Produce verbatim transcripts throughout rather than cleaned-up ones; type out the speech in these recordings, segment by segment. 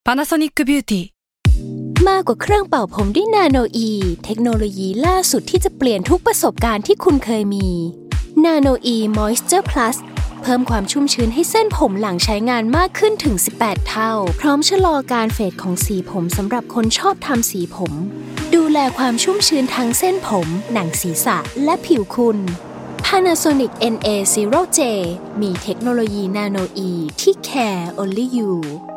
Panasonic Beauty มากกว่าเครื่องเป่าผมด้วยนาโนอีเทคโนโลยีล่าสุดที่จะเปลี่ยนทุกประสบการณ์ที่คุณเคยมีนาโนอีมอยส์เจอร์พลัสเพิ่มความชุ่มชื้นให้เส้นผมหลังใช้งานมากขึ้นถึงสิบแปดเท่าพร้อมชะลอการเฟดของสีผมสำหรับคนชอบทำสีผมดูแลความชุ่มชื้นทั้งเส้นผมหนังศีรษะและผิวคุณ Panasonic เอ็น เอ ศูนย์ เจ มีเทคโนโลยีนาโนอีที่ care only you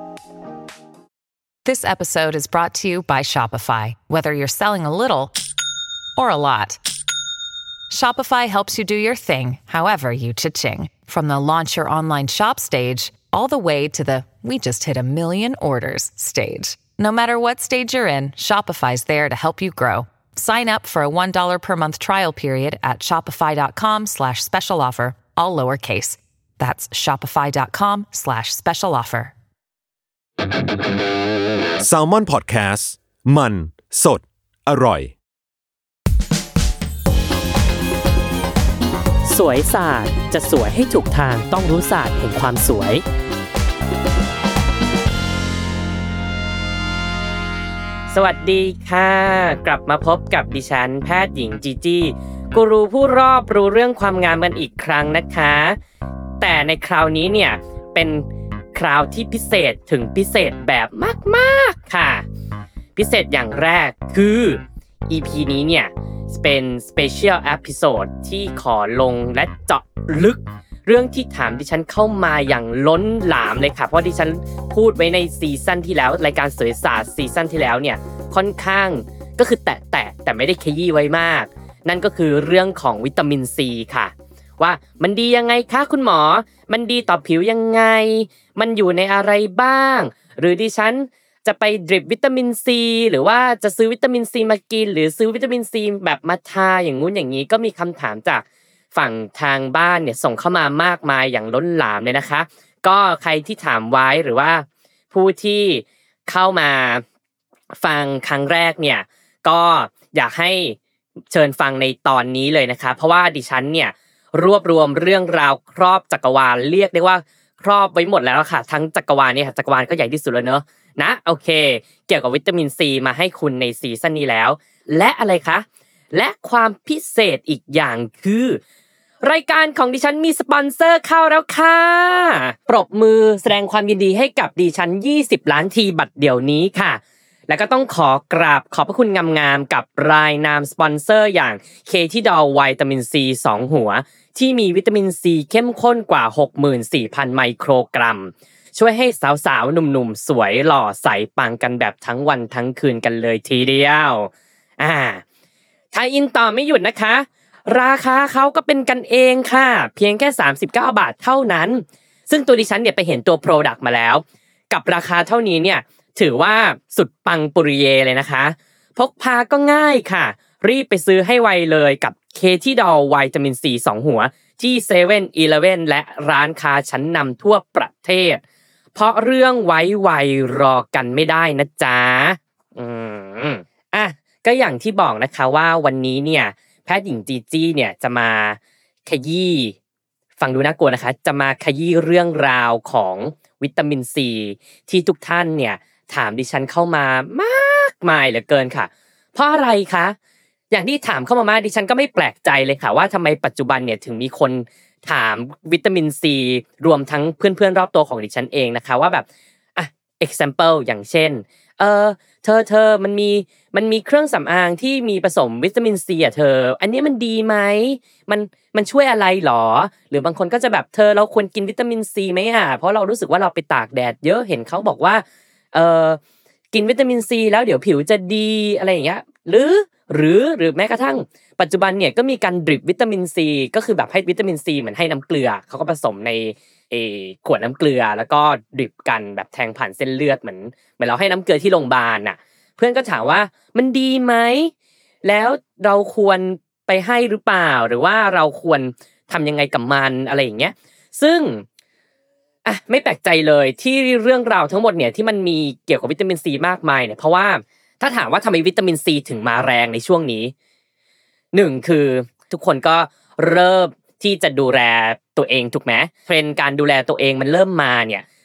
This episode is brought to you by Shopify. Whether you're selling a little or a lot, Shopify helps you do your thing, however you cha-ching. From the launch your online shop stage, all the way to the we just hit a million orders stage. No matter what stage you're in, Shopify's there to help you grow. Sign up for a one dollar per month trial period at shopify.com slash special offer, all lowercase. That's shopify.com slash special offer. Salmon Podcast มันสดอร่อยสวยศาสตร์จะสวยให้ถูกทางต้องรู้ศาสตร์แห่งความสวยสวัสดีค่ะกลับมาพบกับดิฉันแพทย์หญิงจีจี้กูรูผู้รอบรู้เรื่องความงามกันอีกครั้งนะคะแต่ในคราวนี้เนี่ยเป็นคราวที่พิเศษถึงพิเศษแบบมากๆค่ะพิเศษอย่างแรกคือ อี พี นี้เนี่ยเป็น Special Episode ที่ขอลงและเจาะลึกเรื่องที่ถามดิฉันเข้ามาอย่างล้นหลามเลยค่ะเพราะดิฉันพูดไว้ในซีซั่นที่แล้วรายการสวยศาสตร์ซีซั่นที่แล้วเนี่ยค่อนข้างก็คือแตะแตะแต่ไม่ได้ขยี้ไว้มากนั่นก็คือเรื่องของวิตามินซีค่ะว่ามันดียังไงคะคุณหมอมันดีต่อผิวยังไงมันอยู่ในอะไรบ้างหรือดิฉันจะไปดริปวิตามินซีหรือว่าจะซื้อวิตามินซีมากินหรือซื้อวิตามินซีแบบมาทาอย่างงู้นอย่างนี้ก็มีคำถามจากฝั่งทางบ้านเนี่ยส่งเข้ามามากมายอย่างล้นหลามเลยนะคะก็ใครที่ถามไว้หรือว่าผู้ที่เข้ามาฟังครั้งแรกเนี่ยก็อยากให้เชิญฟังในตอนนี้เลยนะคะเพราะว่าดิฉันเนี่ยรวบรวมเรื่องราวครอบจักรวาลเรียกได้ว่าครอบไว้หมดแล้วค่ะทั้งจักรวาลเนี่ยค่ะจักรวาลก็ใหญ่ที่สุดแล้วเนอะนะโอเคเกี่ยวกับวิตามินซีมาให้คุณในซีซั่นนี้แล้วและอะไรคะและความพิเศษอีกอย่างคือรายการของดิฉันมีสปอนเซอร์เข้าแล้วค่ะปรบมือแสดงความยินดีให้กับดิฉันยี่สิบล้านทีบัดเดี๋ยวนี้ค่ะแล้วก็ต้องขอกราบขอบพระคุณงามๆกับรายนามสปอนเซอร์อย่างเคที่ดอลวิตามินซีสองหัวที่มีวิตามินซีเข้มข้นกว่า หกหมื่นสี่พัน ไมโครกรัมช่วยให้สาวๆหนุ่มๆสวยหล่อใสปังกันแบบทั้งวันทั้งคืนกันเลยทีเดียวอ่าถ้าอินต่อไม่หยุดนะคะราคาเขาก็เป็นกันเองค่ะเพียงแค่สามสิบเก้าบาทเท่านั้นซึ่งตัวดิฉันเนี่ยไปเห็นตัว product มาแล้วกับราคาเท่านี้เนี่ยถือว่าสุดปังปุริเยเลยนะคะพกพาก็ง่ายค่ะรีบไปซื้อให้ไวเลยกับเคที่ดอลวิตามินซีสองหัวที่เซเว่นอีเลฟเว่นและร้านค้าชั้นนำทั่วประเทศเพราะเรื่องไว้ไวรอกันไม่ได้นะจ๊ะอืมอ่ะก็อย่างที่บอกนะคะว่าวันนี้เนี่ยแพทย์หญิงจีจี้เนี่ยจะมาขยี้ฟังดูน่ากลัวนะคะจะมาขยี้เรื่องราวของวิตามินซีที่ทุกท่านเนี่ยถามดิฉันเข้ามามากมายเหลือเกินค่ะเพราะอะไรคะอย่างที่ถามเข้ามามากดิฉันก็ไม่แปลกใจเลยค่ะว่าทำไมปัจจุบันเนี่ยถึงมีคนถามวิตามินซีรวมทั้งเพื่อนๆรอบตัวของดิฉันเองนะคะว่าแบบอ่ะ example อย่างเช่นเออเธอเธอมันมีมันมีเครื่องสำอางที่มีผสมวิตามินซีอ่ะเธออันนี้มันดีไหมมันมันช่วยอะไรหรอหรือบางคนก็จะแบบเธอเราควรกินวิตามินซีไหมอ่ะเพราะเรารู้สึกว่าเราไปตากแดดเยอะเห็นเขาบอกว่าเออกินวิตามินซีแล้วเดี๋ยวผิวจะดีอะไรอย่างเงี้ยหรือหรือหรือแม้กระทั่งปัจจุบันเนี่ยก็มีการดริปวิตามินซีก็คือแบบให้วิตามินซีเหมือนให้น้ำเกลือเขาก็ผสมในเอขวดน้ำเกลือแล้วก็ดริปกันแบบแทงผ่านเส้นเลือดเหมือนเหมือนเราให้น้ำเกลือที่โรงพยาบาลน่ะเพื่อนก็ถามว่ามันดีไหมแล้วเราควรไปให้หรือเปล่าหรือว่าเราควรทำยังไงกับมันอะไรอย่างเงี้ยซึ่งอ่ะไม่แปลกใจเลยที่เรื่องราวทั้งหมดเนี่ยที่มันมีเกี่ยวกับวิตามินซีมากมายเนี่ยเพราะว่าถ้าถามว่าทำไมวิตามินซีถึงมาแรงในช่วงนี้หนึ่งคือทุกคนก็เริ่มที่จะดูแลตัวเองถูกไหมเทรนด์การดูแลตัวเองมันเริ่มมาเนี่ย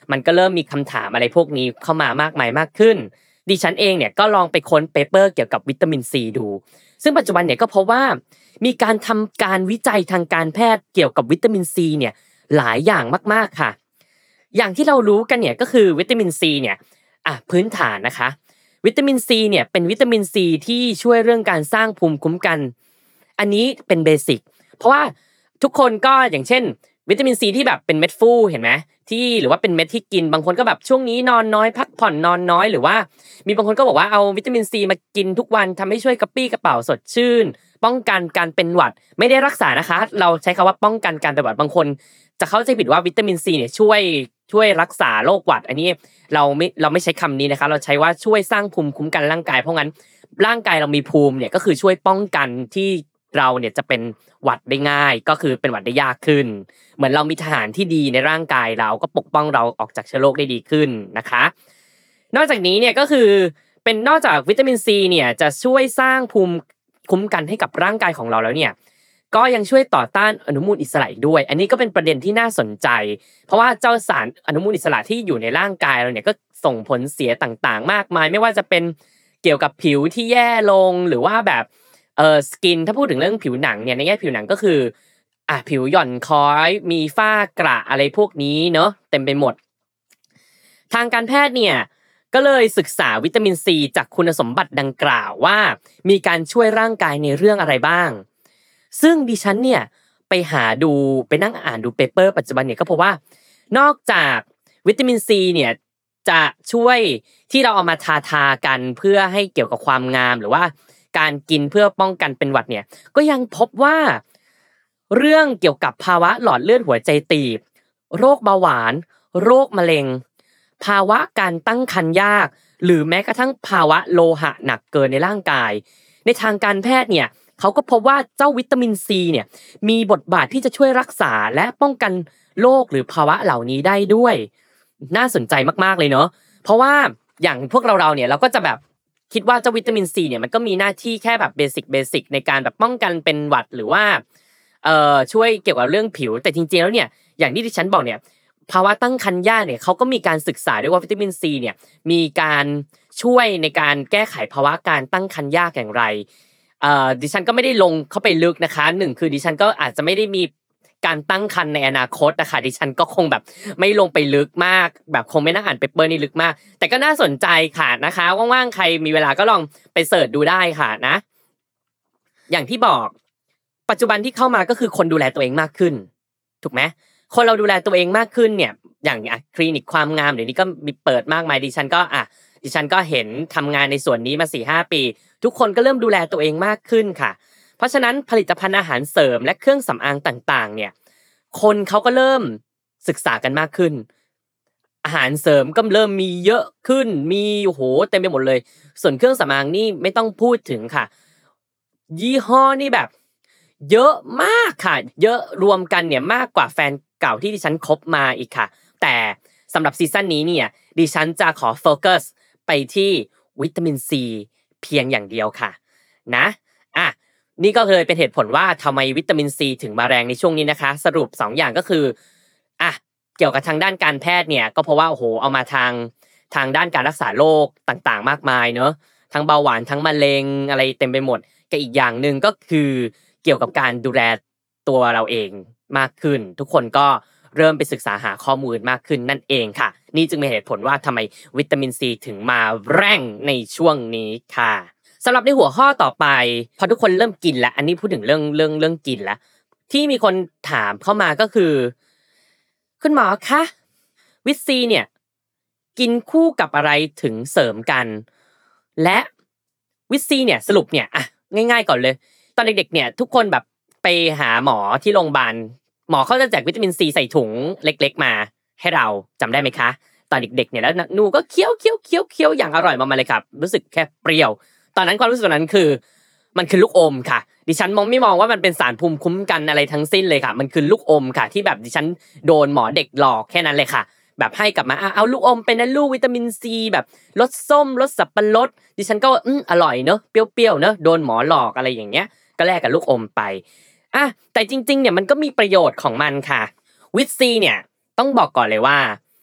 มันก็เริ่มมีคำถามอะไรพวกนี้เข้ามามากมายมากขึ้นดิฉันเองเนี่ยก็ลองไปค้นเปเปอร์เกี่ยวกับวิตามินซีดูซึ่งปัจจุบันเนี่ยก็พบว่ามีการทำการวิจัยทางการแพทย์เกี่ยวกับวิตามินซีเนี่ยหลายอย่างมากๆค่ะอย่างที่เรารู้กันเนี่ยก็คือวิตามินซีเนี่ยอ่ะพื้นฐานนะคะวิตามินซีเนี่ยเป็นวิตามินซีที่ช่วยเรื่องการสร้างภูมิคุ้มกันอันนี้เป็นเบสิกเพราะว่าทุกคนก็อย่างเช่นวิตามินซีที่แบบเป็นเม็ดฟูเห็นไหมที่หรือว่าเป็นเม็ดที่กินบางคนก็แบบช่วงนี้นอนน้อยพักผ่อนนอนน้อยหรือว่ามีบางคนก็บอกว่าเอาวิตามินซีมากินทุกวันทำให้ช่วยกระปี้กระเป๋าสดชื่นป้องกันการเป็นหวัดไม่ได้รักษานะคะเราใช้คำว่าป้องกันการเป็นหวัดบางคนจะเข้าใจผิดว่าวิตามินซีเนี่ยช่วยช่วยรักษาโรคหวัดอันนี้เราไม่เราไม่ใช้คำนี้นะคะเราใช้ว่าช่วยสร้างภูมิคุ้มกันร่างกายเพราะงั้นร่างกายเรามีภูมิเนี่ยก็คือช่วยป้องกันที่เราเนี่ยจะเป็นหวัดได้ง่ายก็คือเป็นหวัดได้ยากขึ้นเหมือนเรามีทหารที่ดีในร่างกายเราก็ปกป้องเราออกจากเชื้อโรคได้ดีขึ้นนะคะนอกจากนี้เนี่ยก็คือเป็นนอกจากวิตามินซีเนี่ยจะช่วยสร้างภูมิคุ้มกันให้กับร่างกายของเราแล้วเนี่ยก็ยังช่วยต่อต้านอนุมูลอิสระอีกด้วยอันนี้ก็เป็นประเด็นที่น่าสนใจเพราะว่าเจ้าสารอนุมูลอิสระที่อยู่ในร่างกายเราเนี่ยก็ส่งผลเสียต่างๆมากมายไม่ว่าจะเป็นเกี่ยวกับผิวที่แย่ลงหรือว่าแบบเอ่อสกินถ้าพูดถึงเรื่องผิวหนังเนี่ยในแง่ผิวหนังก็คืออ่ะผิวหย่อนคล้อยมีฝ้ากระอะไรพวกนี้เนาะเต็มไปหมดทางการแพทย์เนี่ยก็เลยศึกษาวิตามินซีจากคุณสมบัติดังกล่าวว่ามีการช่วยร่างกายในเรื่องอะไรบ้างซึ่งดิฉันเนี่ยไปหาดูไปนั่งอ่านดูเปเปอร์ปัจจุบันเนี่ยก็พบว่านอกจากวิตามินซีเนี่ยจะช่วยที่เราเอามาทาทากันเพื่อให้เกี่ยวกับความงามหรือว่าการกินเพื่อป้องกันเป็นหวัดเนี่ยก็ยังพบว่าเรื่องเกี่ยวกับภาวะหลอดเลือดหัวใจตีบโรคเบาหวานโรคมะเร็งภาวะการตั้งครรภ์ยากหรือแม้กระทั่งภาวะโลหะหนักเกินในร่างกายในทางการแพทย์เนี่ยเขาก็พบว่าเจ้าวิตามินซีเนี่ยมีบทบาทที่จะช่วยรักษาและป้องกันโรคหรือภาวะเหล่านี้ได้ด้วยน่าสนใจมากๆเลยเนาะเพราะว่าอย่างพวกเราๆเนี่ยเราก็จะแบบคิดว่าเจ้าวิตามินซีเนี่ยมันก็มีหน้าที่แค่แบบเบสิกเบสิกในการแบบป้องกันเป็นหวัดหรือว่าเอ่อช่วยเกี่ยวกับเรื่องผิวแต่จริงๆแล้วเนี่ยอย่างที่ดิฉันบอกเนี่ยภาวะตั้งครรภ์ยากเนี่ยเขาก็มีการศึกษาด้วยว่าวิตามินซีเนี่ยมีการช่วยในการแก้ไขภาวะการตั้งครรภ์ยากอย่างไรเอ่อดิฉันก็ไม่ได้ลงเข้าไปลึกนะคะหนึ่งคือดิฉันก็อาจจะไม่ได้มีการตั้งครรภ์ในอนาคตนะคะดิฉันก็คงแบบไม่ลงไปลึกมากแบบคงไม่น่าอ่านเปเปอร์นี่ลึกมากแต่ก็น่าสนใจค่ะนะคะว่างๆใครมีเวลาก็ลองไปเสิร์ชดูได้ค่ะนะอย่างที่บอกปัจจุบันที่เข้ามาก็คือคนดูแลตัวเองมากขึ้นถูกไหมคนเราดูแลตัวเองมากขึ้นเนี่ยอย่างอ่ะคลินิกความงามเดี๋ยวนี้ก็มีเปิดมากมายดิฉันก็อ่ะดิฉันก็เห็นทำงานในส่วนนี้มา สี่ห้า ปีทุกคนก็เริ่มดูแลตัวเองมากขึ้นค่ะเพราะฉะนั้นผลิตภัณฑ์อาหารเสริมและเครื่องสำอางต่างๆเนี่ยคนเขาก็เริ่มศึกษากันมากขึ้นอาหารเสริมก็เริ่มมีเยอะขึ้นมีโอ้โหเต็มไปหมดเลยส่วนเครื่องสำอางนี่ไม่ต้องพูดถึงค่ะยี่ห้อนี่แบบเยอะมากค่ะเยอะรวมกันเนี่ยมากกว่าแฟนเก่าที่ดิฉันคบมาอีกค่ะแต่สำหรับซีซั่นนี้เนี่ยดิฉันจะขอโฟกัสไปที่วิตามินซีเพียงอย่างเดียวค่ะนะอ่ะนี่ก็เลยเป็นเหตุผลว่าทำไมวิตามินซีถึงมาแรงในช่วงนี้นะคะสรุปสองอย่างก็คืออ่ะเกี่ยวกับทางด้านการแพทย์เนี่ยก็เพราะว่าโอ้โหเอามาทางทางด้านการรักษาโรคต่างๆมากมายเนอะทั้งเบาหวานทั้งมะเร็งอะไรเต็มไปหมดกับอีกอย่างนึงก็คือเกี่ยวกับการดูแลตัวเราเองมากขึ้นทุกคนก็เริ่มไปศึกษาหาข้อมูลมากขึ้นนั่นเองค่ะนี่จึงเป็นเหตุผลว่าทำไมวิตามินซีถึงมาแรงในช่วงนี้ค่ะสำหรับในหัวข้อต่อไปพอทุกคนเริ่มกินแล้วอันนี้พูดถึงเรื่องเรื่องเรื่องกินแล้วที่มีคนถามเข้ามาก็คือคุณหมอคะวิตซีเนี่ยกินคู่กับอะไรถึงเสริมกันและวิตซีเนี่ยสรุปเนี่ยอ่ะง่ายๆก่อนเลยตอนเด็กๆเนี่ยทุกคนแบบไปหาหมอที่โรงพยาบาลหมอเขาจะแจกวิตามินซีใส่ถุงเล็กๆมาให้เราจำได้ไหมคะตอนเด็กๆเนี่ยแล้วหนูก็เคี้ยวเคี้ยวเคี้ยวเคี้ยวอย่างอร่อยมาเลยครับรู้สึกแค่เปรี้ยวตอนนั้นความรู้สึกนั้นคือมันคือลูกอมค่ะดิฉันมองไม่มองว่ามันเป็นสารภูมิคุ้มกันอะไรทั้งสิ้นเลยค่ะมันคือลูกอมค่ะที่แบบดิฉันโดนหมอเด็กหลอกแค่นั้นเลยค่ะแบบให้กลับมาเอาลูกอมเป็นนะลูกวิตามินซีแบบรสส้มรสสับปะรดดิฉันก็อืมอร่อยเนอะเปรี้ยวๆเนอะโดนหมอหลอกอะไรอย่างเงี้ยก็แลกกับลูกอมไปอ่ะแต่จริงๆเนี่ยมันก็มีประโยชน์ของมันค่ะวิตซีเนี่ยต้องบอกก่อนเลยว่า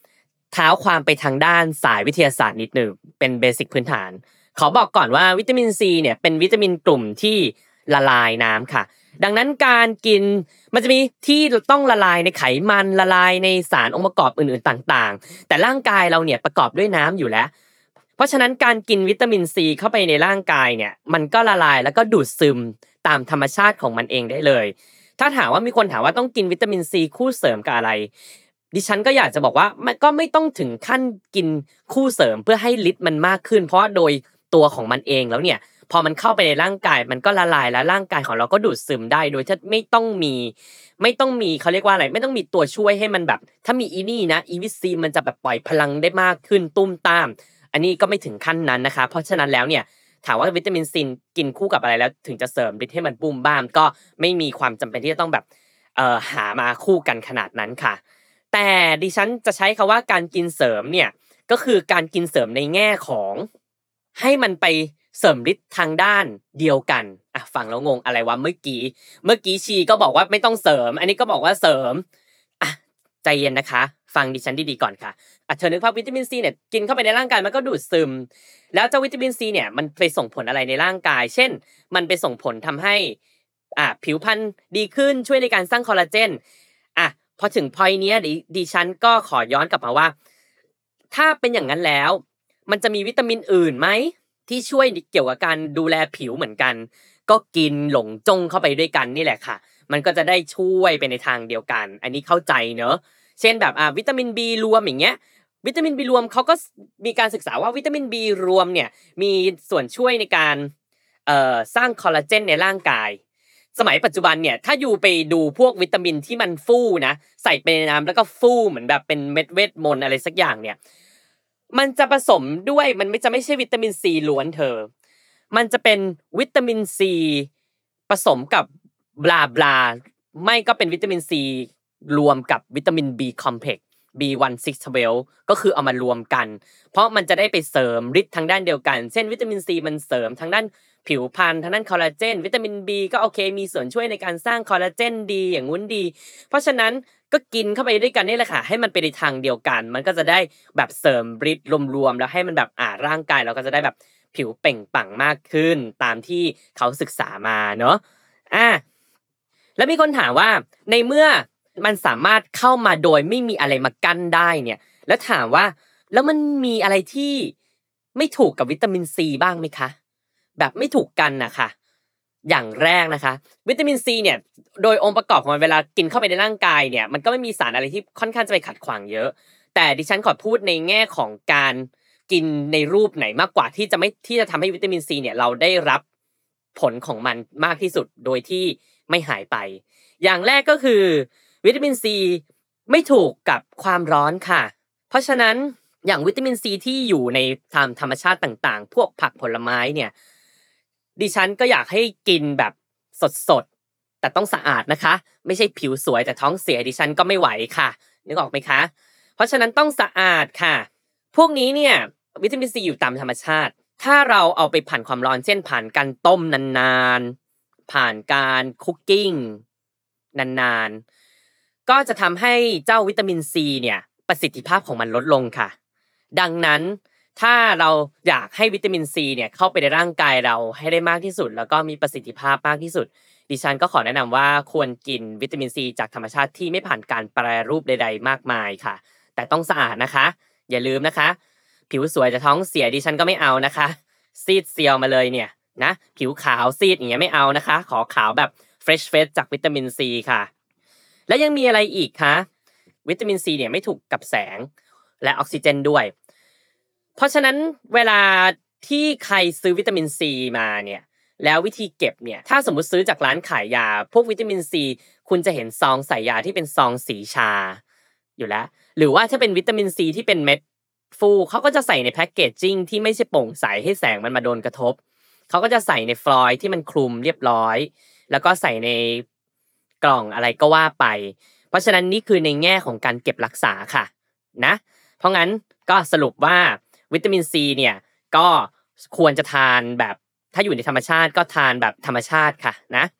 เท้าความไปทางด้านสายวิทยาศาสตร์นิดนึงเป็นเบสิกพื้นฐานขอบอกก่อนว่าวิตามินซีเนี่ยเป็นวิตามินกลุ่มที่ละลายน้ำค่ะดังนั้นการกินมันจะมีที่ต้องละลายในไขมันละลายในสารองค์ประกอบอื่นๆต่างๆแต่ร่างกายเราเนี่ยประกอบด้วยน้ำอยู่แล้วเพราะฉะนั้นการกินวิตามินซีเข้าไปในร่างกายเนี่ยมันก็ละลายแล้วก็ดูดซึมตามธรรมชาติของมันเองได้เลยถ้าถามว่ามีคนถามว่าต้องกินวิตามินซีคู่เสริมกับอะไรดิฉันก็อยากจะบอกว่ามันก็ไม่ต้องถึงขั้นกินคู่เสริมเพื่อให้ฤทธิ์มันมากขึ้นเพราะโดยตัวของมันเองแล้วเนี่ยพอมันเข้าไปในร่างกายมันก็ละลายแล้วร่างกายของเราก็ดูดซึมได้โดยที่ไม่ต้องมีไม่ต้องมีเขาเรียกว่าอะไรไม่ต้องมีตัวช่วยให้มันแบบถ้ามีอีนี่นะอีวิซีมันจะแบบปล่อยพลังได้มากขึ้นตุ้มตามอันนี้ก็ไม่ถึงขั้นนั้นนะคะเพราะฉะนั้นแล้วเนี่ยถามว่าวิตามินซีกินคู่กับอะไรแล้วถึงจะเสริมฤทธิ์ให้มันปุ้มบ้ามก็ไม่มีความจำเป็นที่จะต้องแบบเอ่อหามาคู่กันขนาดนั้นค่ะแต่ดิฉันจะใช้คำว่าการกินเสริมเนี่ยก็คือการกินเสริมในแง่ของให้มันไปเสริมฤทธิ์ทางด้านเดียวกันอ่ะฟังแล้วงงอะไรวะเมื่อกี้เมื่อกี้ชีก็บอกว่าไม่ต้องเสริมอันนี้ก็บอกว่าเสริมอ่ะใจเย็นนะคะฟังดิฉันดีๆก่อนค่ะอ่ะเธอนึกภาพวิตามินซีเนี่ยกินเข้าไปในร่างกายมันก็ดูดซึมแล้วเจ้าวิตามินซีเนี่ยมันไปส่งผลอะไรในร่างกายเช่นมันไปส่งผลทำให้อ่ะผิวพรรณดีขึ้นช่วยในการสร้างคอลลาเจนอ่ะพอถึงพอยต์นี้ดิดิฉันก็ขอย้อนกลับมาว่าถ้าเป็นอย่างนั้นแล้วมันจะมีวิตามินอื่นไหมที่ช่วยเกี่ยวกับการดูแลผิวเหมือนกันก็กินหลงจงเข้าไปด้วยกันนี่แหละค่ะมันก็จะได้ช่วยไปในทางเดียวกันอันนี้เข้าใจเนอะเช่นแบบอ่าวิตามิน B รวมอย่างเงี้ยวิตามิน B รวมเขาก็มีการศึกษาว่าวิตามิน B รวมเนี่ยมีส่วนช่วยในการเอ่อสร้างคอลลาเจนในร่างกายสมัยปัจจุบันเนี่ยถ้าอยู่ไปดูพวกวิตามินที่มันฟู่นะใส่ไปในน้ำแล้วก็ฟู่เหมือนแบบเป็นเม็ดเวทมนต์อะไรสักอย่างเนี่ยมันจะผสมด้วยมันไม่จะไม่ใช่วิตามินซีล้วนเธอมันจะเป็นวิตามินซีผสมกับบลาบลาไม่ก็เป็นวิตามินซีรวมกับวิตามิน B complex บี วันซิกซ์ หก ก็คือเอามารวมกันเพราะมันจะได้ไปเสริมฤทธิ์ทางด้านเดียวกันเช่นวิตามินซีมันเสริมทางด้านผิวพรรณทางด้านคอลลาเจนวิตามิน B ก็โอเคมีส่วนช่วยในการสร้างคอลลาเจนดีอย่างงู้นดีเพราะฉะนั้นก็กินเข้าไปด้วยกันนี่แหละค่ะให้มันไปในทางเดียวกันมันก็จะได้แบบเสริมฤทธิ์รวมๆแล้วให้มันแบบอ่าร่างกายเราก็จะได้แบบผิวเปล่งปลั่งมากขึ้นตามที่เขาศึกษามาเนาะอ่ะแล้วมีคนถามว่าในเมื่อมันสามารถเข้ามาโดยไม่มีอะไรมากั้นได้เนี่ยแล้วถามว่าแล้วมันมีอะไรที่ไม่ถูกกับวิตามินซีบ้างไหมคะแบบไม่ถูกกันนะคะอย่างแรกนะคะวิตามินซีเนี่ยโดยองค์ประกอบของมันเวลากินเข้าไปในร่างกายเนี่ยมันก็ไม่มีสารอะไรที่ค่อนข้างจะไปขัดขวางเยอะแต่ดิฉันขอพูดในแง่ของการกินในรูปไหนมากกว่าที่จะไม่ที่จะทำให้วิตามินซีเนี่ยเราได้รับผลของมันมากที่สุดโดยที่ไม่หายไปอย่างแรกก็คือวิตามินซีไม่ถูกกับความร้อนค่ะเพราะฉะนั้นอย่างวิตามินซีที่อยู่ในตามธรรมชาติต่างๆพวกผักผลไม้เนี่ยดิฉันก็อยากให้กินแบบสดๆแต่ต้องสะอาดนะคะไม่ใช่ผิวสวยแต่ท้องเสียดิฉันก็ไม่ไหวค่ะนึกออกไหมคะเพราะฉะนั้นต้องสะอาดค่ะพวกนี้เนี่ยวิตามินซีอยู่ตามธรรมชาติถ้าเราเอาไปผ่านความร้อนเช่นผ่านการต้มนานๆผ่านการคุกกิ้งนานๆก็จะทำให้เจ้าวิตามินซีเนี่ยประสิทธิภาพของมันลดลงค่ะดังนั้นถ้าเราอยากให้วิตามินซีเนี่ยเข้าไปในร่างกายเราให้ได้มากที่สุดแล้วก็มีประสิทธิภาพมากที่สุดดิฉันก็ขอแนะนำว่าควรกินวิตามินซีจากธรรมชาติที่ไม่ผ่านการแปรรูปใดๆมากมายค่ะแต่ต้องสะอาดนะคะอย่าลืมนะคะผิวสวยแต่ท้องเสียดิฉันก็ไม่เอานะคะซีดเซียวมาเลยเนี่ยนะผิวขาวซีดอย่างเงี้ยไม่เอานะคะขอขาวแบบเฟรชเฟสจากวิตามินซีค่ะแล้วยังมีอะไรอีกคะวิตามินซีเนี่ยไม่ถูกกับแสงและออกซิเจนด้วยเพราะฉะนั้นเวลาที่ใครซื้อวิตามินซีมาเนี่ยแล้ววิธีเก็บเนี่ยถ้าสมมุติซื้อจากร้านขายยาพวกวิตามินซีคุณจะเห็นซองใส่ยาที่เป็นซองสีชาอยู่แล้วหรือว่าถ้าเป็นวิตามินซีที่เป็นเม็ดฟูเขาก็จะใส่ในแพ็คเกจจิ้งที่ไม่ใช่โปร่งใสให้แสงมันมาโดนกระทบเขาก็จะใส่ในฟลอยด์ที่มันคลุมเรียบร้อยแล้วก็ใส่ในกล่องอะไรก็ว่าไปเพราะฉะนั้นนี่คือในแง่ของการเก็บรักษาค่ะนะเพราะงั้นก็สรุปว่าวิตามินซีเนี่ยก็ควรจะทานแบบถ้าอยู่ในธรรมชาติก็ทานแบบธรรมชาติค่ะนะ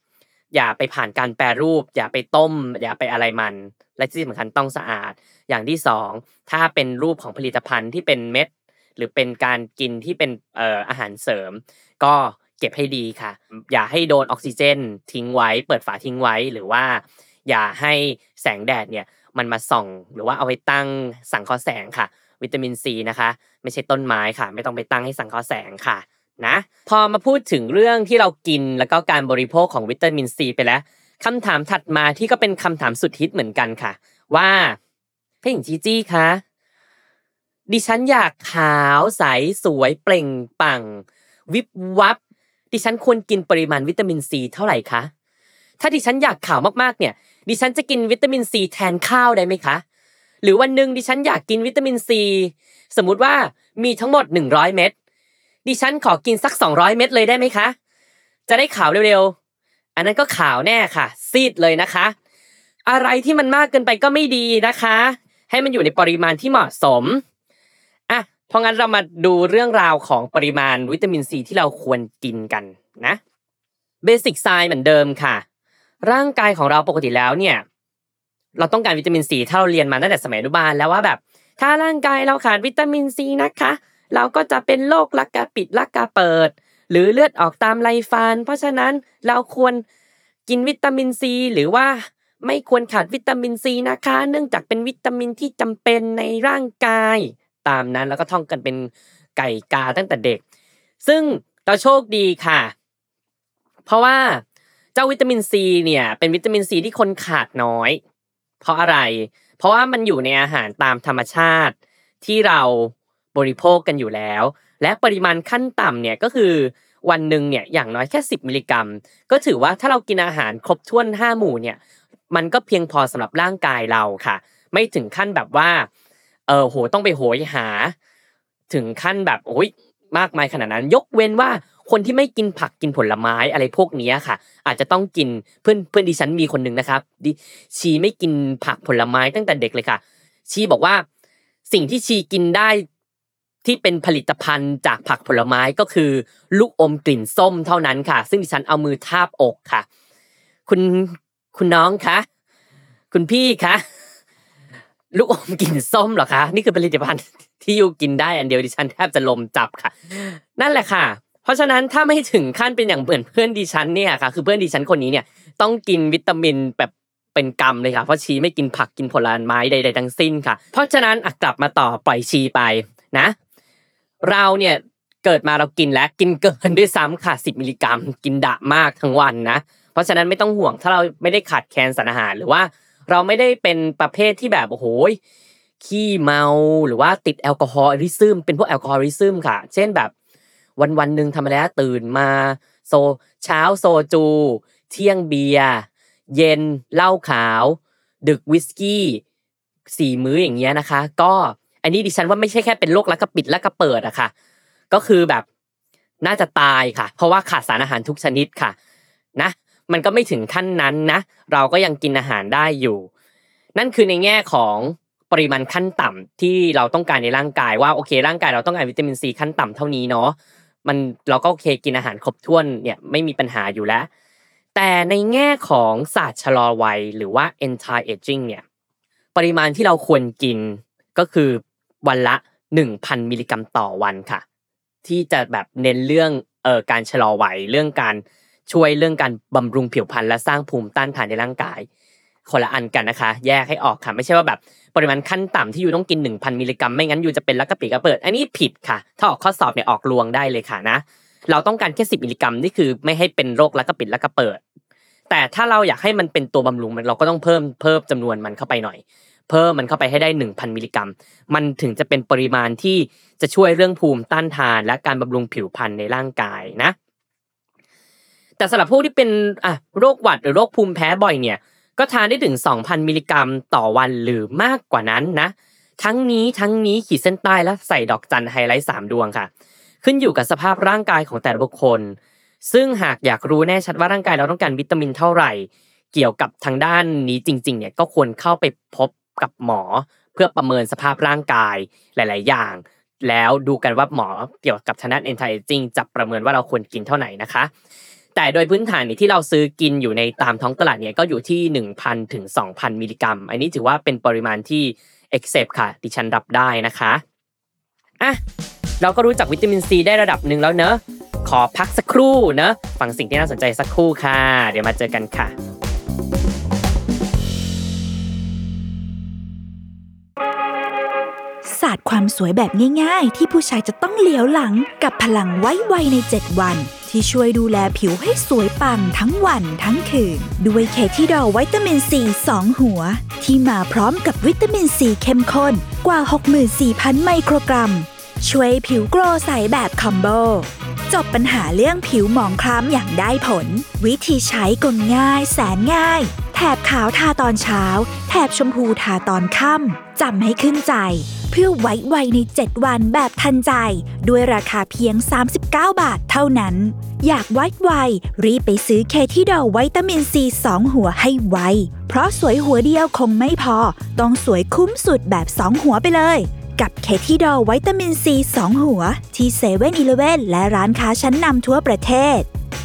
อย่าไปผ่านการแปรรูปอย่าไปต้มอย่าไปอะไรมันและที่สำคัญต้องสะอาดอย่างที่สองถ้าเป็นรูปของผลิตภัณฑ์ที่เป็นเม็ดหรือเป็นการกินที่เป็นเอ่ออาหารเสริมก็เก็บให้ดีค่ะอย่าให้โดนออกซิเจนทิ้งไว้เปิดฝาทิ้งไว้หรือว่าอย่าให้แสงแดดเนี่ยมันมาส่องหรือว่าเอาไว้ตั้งสังเคราะห์แสงค่ะวิตามินซีนะคะไม่ใช่ต้นไม้ค่ะไม่ต้องไปตั้งให้สังเคราะห์แสงค่ะนะพอมาพูดถึงเรื่องที่เรากินแล้วก็การบริโภคของวิตามินซีไปแล้วคำถามถัดมาที่ก็เป็นคำถามสุดฮิตเหมือนกันค่ะว่าพี่หญิงจีจี้คะดิฉันอยากขาวใสสวยเปล่งปลั่งวิบวับดิฉันควรกินปริมาณวิตามินซีเท่าไหร่คะถ้าดิฉันอยากขาวมากๆเนี่ยดิฉันจะกินวิตามินซีแทนข้าวได้ไหมคะหรือวันนึงดิฉันอยากกินวิตามินซีสมมุติว่ามีทั้งหมดหนึ่งร้อยเม็ดดิฉันขอกินสักสองร้อยเม็ดเลยได้ไหมคะจะได้ขาวเร็วๆอันนั้นก็ขาวแน่ค่ะซีดเลยนะคะอะไรที่มันมากเกินไปก็ไม่ดีนะคะให้มันอยู่ในปริมาณที่เหมาะสมอ่ะเพราะงั้นเรามาดูเรื่องราวของปริมาณวิตามินซีที่เราควรกินกันนะเบสิกไซน์เหมือนเดิมค่ะร่างกายของเราปกติแล้วเนี่ยเราต้องการวิตามินซีถ้าเราเรียนมาตั้งแต่สมัยอนุบาลแล้วว่าแบบถ้าร่างกายเราขาดวิตามินซีนะคะเราก็จะเป็นโรคลักกาปิดลักกาเปิดหรือเลือดออกตามไรฟันเพราะฉะนั้นเราควรกินวิตามินซีหรือว่าไม่ควรขาดวิตามินซีนะคะเนื่องจากเป็นวิตามินที่จำเป็นในร่างกายตามนั้นแล้วก็ท่องกันเป็นไก่กาตั้งแต่เด็กซึ่งเราโชคดีค่ะเพราะว่าเจ้าวิตามินซีเนี่ยเป็นวิตามินซีที่คนขาดน้อยเพราะอะไรเพราะว่ามันอยู่ในอาหารตามธรรมชาติที่เราบริโภคกันอยู่แล้วและปริมาณขั้นต่ำเนี่ยก็คือวันนึงเนี่ยอย่างน้อยแค่สิบมิลลิกรัมก็ถือว่าถ้าเรากินอาหารครบถ้วนห้าหมู่เนี่ยมันก็เพียงพอสำหรับร่างกายเราค่ะไม่ถึงขั้นแบบว่าเออโหต้องไปโหยหาถึงขั้นแบบโอ้ยมากมายขนาดนั้นยกเว้นว่าคนที่ไม่กินผักกินผลไม้อะไรพวกนี้ค่ะอาจจะต้องกินเพื่อนเพื่อนดิฉันมีคนนึงนะครับชีไม่กินผักผลไม้ตั้งแต่เด็กเลยค่ะชีบอกว่าสิ่งที่ชีกินได้ที่เป็นผลิตภัณฑ์จากผักผลไม้ก็คือลูกอมกลิ่นส้มเท่านั้นค่ะซึ่งดิฉันเอามือทาบอกค่ะคุณคุณน้องคะคุณพี่คะลูกอมกลิ่นส้มเหรอคะนี่คือผลิตภัณฑ์ที่อยู่กินได้อันเดียวดิฉันแทบจะลมจับค่ะนั่นแหละค่ะเพราะฉะนั้นถ้าไม่ถึงขั้นเป็นอย่างเหมือนเพื่อนดิฉันเนี่ยค่ะคือเพื่อนดิฉันคนนี้เนี่ยต้องกินวิตามินแบบเป็นกำเลยค่ะเพราะชีไม่กินผักกินผลไม้ใดๆทั้งสิ้นค่ะเพราะฉะนั้นกลับมาต่อปล่อยชีไปนะเราเนี่ยเกิดมาเรากินแล้วกินเกินด้วยซ้ำค่ะสิบมิลลิกรัมกินดะมากทั้งวันนะเพราะฉะนั้นไม่ต้องห่วงถ้าเราไม่ได้ขาดแคลนสารอาหารหรือว่าเราไม่ได้เป็นประเภทที่แบบโอ้โหขี้เมาหรือว่าติดแอลกอฮอลิซึมเป็นพวกแอลกอฮอลิซึมค่ะเช่นแบบวันๆนึงทำอะไรนะตื่นมาโซเช้าโซจูเที่ยงเบียร์เย็นเหล้าขาวดึกวิสกี้สี่มื้ออย่างเงี้ยนะคะก็อันนี้ดิฉันว่าไม่ใช่แค่เป็นโรคลักกระปิดลักกระเปิดอะค่ะก็คือแบบน่าจะตายค่ะเพราะว่าขาดสารอาหารทุกชนิดค่ะนะมันก็ไม่ถึงขั้นนั้นนะเราก็ยังกินอาหารได้อยู่นั่นคือในแง่ของปริมาณขั้นต่ำที่เราต้องการในร่างกายว่าโอเคร่างกายเราต้องการวิตามินซีขั้นต่ำเท่านี้เนาะมันเราก็โอเคกินอาหารครบถ้วนเนี่ยไม่มีปัญหาอยู่แล้วแต่ในแง่ของศาสตร์ชะลอวัยหรือว่า anti aging เนี่ยปริมาณที่เราควรกินก็คือวันละ หนึ่งพัน มิลลิกรัมต่อวันค่ะที่จะแบบเน้นเรื่องเอ่อการชะลอวัยเรื่องการช่วยเรื่องการบำรุงผิวพรรณและสร้างภูมิต้านทานในร่างกายคนละอันกันนะคะแยกให้ออกค่ะไม่ใช่ว่าแบบปริมาณขั้นต่ำที่อยู่ต้องกิน หนึ่งพัน มิลลิกรัมไม่งั้นอยู่จะเป็นลักกะปิกระเปิดอันนี้ผิดค่ะถ้าออกข้อสอบเนี่ยออกลวงได้เลยค่ะนะเราต้องการแค่สิบมิลลิกรัมนี่คือไม่ให้เป็นโรคลักกะปิลักกะเปิดแต่ถ้าเราอยากให้มันเป็นตัวบำรุงมันเราก็ต้องเพิ่มเพิ่มจำนวนมันเข้าไปหน่อยเพิ่มมันเข้าไปให้ได้ หนึ่งพัน มิลลิกรัมมันถึงจะเป็นปริมาณที่จะช่วยเรื่องภูมิต้านทานและการบำรุงผิวพรรณในร่างกายนะแต่สำหรับผู้ที่เป็นอ่ะโรคหวัดหรือโรคภูมิแพ้บ่อยเนี่ยก็ทานได้ถึง สองพัน มิลลิกรัมต่อวันหรือมากกว่านั้นนะทั้งนี้ทั้งนี้ขีดเส้นใต้และใส่ดอกจันไฮไลท์สามดวงค่ะขึ้นอยู่กับสภาพร่างกายของแต่ละบุคคลซึ่งหากอยากรู้แน่ชัดว่าร่างกายเราต้องการวิตามินเท่าไหร่เกี่ยวกับทางด้านนี้จริงๆเนี่ยก็ควรเข้าไปพบกับหมอเพื่อประเมินสภาพร่างกายหลายๆอย่างแล้วดูกันว่าหมอเกี่ยวกับทางด้าน anti aging จะประเมินว่าเราควรกินเท่าไหร่นะคะแต่โดยพื้นฐานนี่ที่เราซื้อกินอยู่ในตามท้องตลาดเนี่ยก็อยู่ที่ หนึ่งพัน ถึง สองพัน มิลลิกรัมอันนี้ถือว่าเป็นปริมาณที่ accept ค่ะดิฉันรับได้นะคะอ่ะเราก็รู้จักวิตามินซีได้ระดับหนึ่งแล้วเนอะขอพักสักครู่เนอะฟังสิ่งที่น่าสนใจสักครู่ค่ะเดี๋ยวมาเจอกันค่ะศาสตร์ความสวยแบบง่ายๆที่ผู้ชายจะต้องเหลียวหลังกับพลังไว้ไวในเจ็ดวันที่ช่วยดูแลผิวให้สวยปังทั้งวันทั้งคืนด้วยเคที่ดอลวิตามินซีสองหัวที่มาพร้อมกับวิตามินซีเข้มข้นกว่า หกหมื่นสี่พัน ไมโครกรัมช่วยผิวโกลว์ใสแบบคอมโบจบปัญหาเรื่องผิวหมองคล้ำอย่างได้ผลวิธีใช้ก็ง่ายแสนง่ายแถบขาวทาตอนเช้าแถบชมพูทาตอนค่ำจำให้ขึ้นใจเพื่อไว้ไวในเจ็ดวันแบบทันใจด้วยราคาเพียงสามสิบเก้าบาทเท่านั้นอยากไว้ไวรีบไปซื้อเคที่ดอลวิตามินซีสองหัวให้ไวเพราะสวยหัวเดียวคงไม่พอต้องสวยคุ้มสุดแบบสองหัวไปเลยกับเคที่ดอลวิตามินซีสองหัวที่เซเว่นอีเลฟเว่นและร้านค้าชั้นนำทั่วประเทศ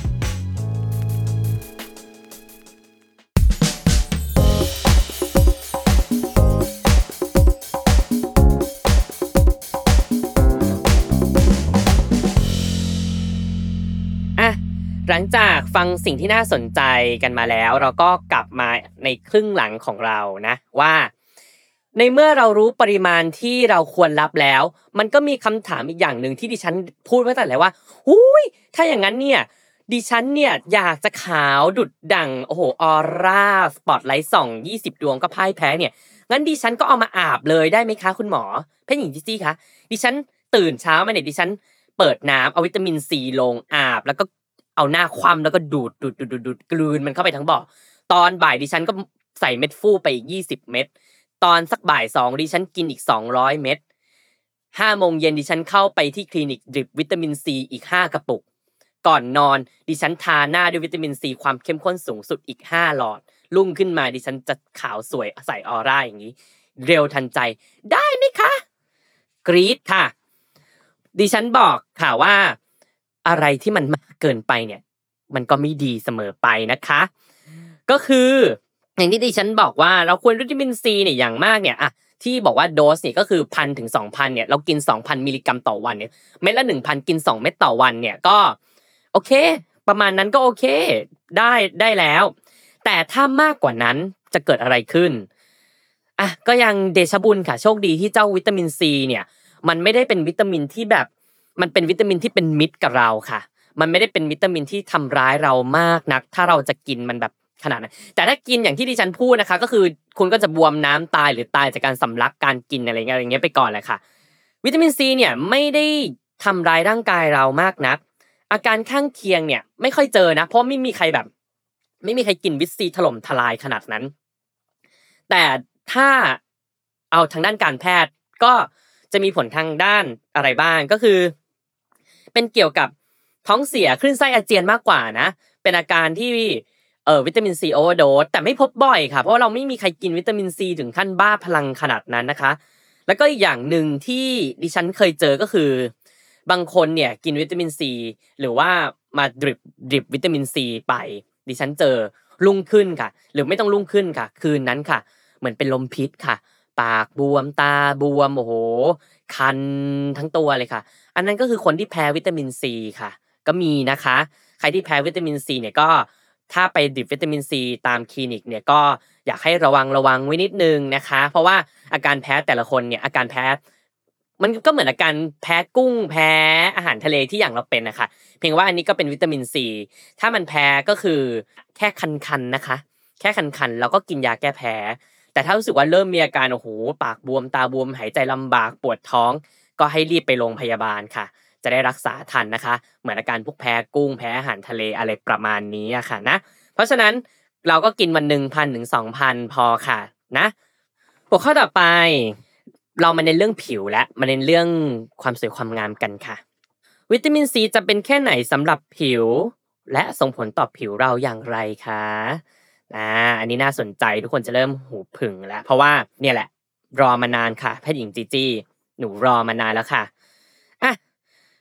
หลังจากฟังสิ่งที่น่าสนใจกันมาแล้วเราก็กลับมาในครึ่งหลังของเรานะว่าในเมื่อเรารู้ปริมาณที่เราควรรับแล้วมันก็มีคำถามอีกอย่างหนึ่งที่ดิฉันพูดไว้ตั้งแต่แรกว่าอุ้ยถ้าอย่างนั้นเนี่ยดิฉันเนี่ยอยากจะขาวดุจดั่งโอ้โหออร่าสปอตไลท์ส่องยี่สิบดวงก็พ่ายแพ้เนี่ยงั้นดิฉันก็เอามาอาบเลยได้ไหมคะคุณหมอแพทย์หญิงจิจี้คะดิฉันตื่นเช้ามาเนี่ยดิฉันเปิดน้ำเอาวิตามินซีลงอาบแล้วก็เอาหน้าคว่ำแล้วก็ดูดดูดดูดดูดกลืนมันเข้าไปทั้งบ่อตอนบ่ายดิฉันก็ใส่เม็ดฟูไปอีกยี่สิบเม็ดตอนสักบ่ายสองดิฉันกินอีกสองร้อยเม็ดห้าโมงเย็นดิฉันเข้าไปที่คลินิกดริปวิตามินซีอีกห้ากระปุกก่อนนอนดิฉันทาหน้าด้วยวิตามินซีความเข้มข้นสูงสุดอีกห้าหลอดรุ่งขึ้นมาดิฉันจะขาวสวยใส่ออร่าอย่างนี้เร็วทันใจได้ไหมคะกรี๊ดค่ะดิฉันบอกค่ะว่าอะไรที่มันมากเกินไปเนี่ยมันก็ไม่ดีเสมอไปนะคะก็คืออย่างที่ดิฉันบอกว่าเราควรวิตามินซีเนี่ยอย่างมากเนี่ยอะที่บอกว่าโดสเนี่ยก็คือ หนึ่งพัน ถึง สองพัน เนี่ยเรากิน สองพัน มิลลิกรัมต่อวันเนี่ยเม็ดละ หนึ่งพัน กินสองเม็ดต่อวันเนี่ยก็โอเคประมาณนั้นก็โอเคได้ได้แล้วแต่ถ้ามากกว่านั้นจะเกิดอะไรขึ้นอ่ะก็ยังเดชะบุญค่ะโชคดีที่เจ้าวิตามินซีเนี่ยมันไม่ได้เป็นวิตามินที่แบบมันเป็นวิตามินที่เป็นมิตรกับเราค่ะมันไม่ได้เป็นวิตามินที่ทำร้ายเรามากนักถ้าเราจะกินมันแบบขนาดนั้นแต่ถ้ากินอย่างที่ดิฉันพูดนะคะก็คือคุณก็จะบวมน้ำตายหรือตายจากการสำลักการกินอะไรเงี้ยอะไรเงี้ยไปก่อนแหละค่ะวิตามินซีเนี่ยไม่ได้ทำร้ายร่างกายเรามากนักอาการข้างเคียงเนี่ยไม่ค่อยเจอนะเพราะไม่มีใครแบบไม่มีใครกินวิตามินซีถล่มทลายขนาดนั้นแต่ถ้าเอาทางด้านการแพทย์ก็จะมีผลทางด้านอะไรบ้างก็คือเป็นเกี่ยวกับท้องเสียคลื่นไส้อาเจียนมากกว่านะเป็นอาการที่เอ่อวิตามินซีโอเวอร์โดสแต่ไม่พบบ่อยค่ะเพราะเราไม่มีใครกินวิตามินซีถึงขั้นบ้าพลังขนาดนั้นนะคะแล้วก็อีกอย่างนึงที่ดิฉันเคยเจอก็คือบางคนเนี่ยกินวิตามินซีหรือว่ามาดริปดริปวิตามินซีไปดิฉันเจอรุ่งขึ้นค่ะหรือไม่ต้องรุ่งขึ้นค่ะคืนนั้นค่ะเหมือนเป็นลมพิษค่ะปากบวมตาบวมโอ้โหคันทั้งตัวเลยค่ะอันนั้นก็คือคนที่แพ้วิตามินซีค่ะก็มีนะคะใครที่แพ้วิตามินซีเนี่ยก็ถ้าไปดริปวิตามินซีตามคลินิกเนี่ยก็อยากให้ระวังระวังไว้นิดนึงนะคะเพราะว่าอาการแพ้แต่ละคนเนี่ยอาการแพ้มันก็เหมือนอาการแพ้กุ้งแพ้อาหารทะเลที่อย่างเราเป็นนะคะเพียงว่าอันนี้ก็เป็นวิตามินซีถ้ามันแพ้ก็คือแค่คันๆนะคะแค่คันๆแล้วก็กินยาแก้แพ้แต่ถ้ารู้สึกว่าเริ่มมีอาการโอ้โหปากบวมตาบวมหายใจลำบากปวดท้องก็ให้รีบไปโรงพยาบาลค่ะจะได้รักษาทันนะคะเหมือนอาการพวกแพ้กุ้งแพ้อาหารทะเลอะไรประมาณนี้อะค่ะนะเพราะฉะนั้นเราก็กินวันหนึ่ง หนึ่งพัน ถึง สองพัน พอค่ะนะหัวข้อต่อไปเรามาในเรื่องผิวและมาในเรื่องความสวยความงามกันค่ะวิตามินซีจะเป็นแค่ไหนสำหรับผิวและส่งผลต่อผิวเราอย่างไรคะอ่าอันนี้น่าสนใจทุกคนจะเริ่มหูผึ่งแล้วเพราะว่าเนี่ยแหละรอมานานค่ะแพทย์หญิงจีจี้หนูรอมานานแล้วค่ะอ่ะ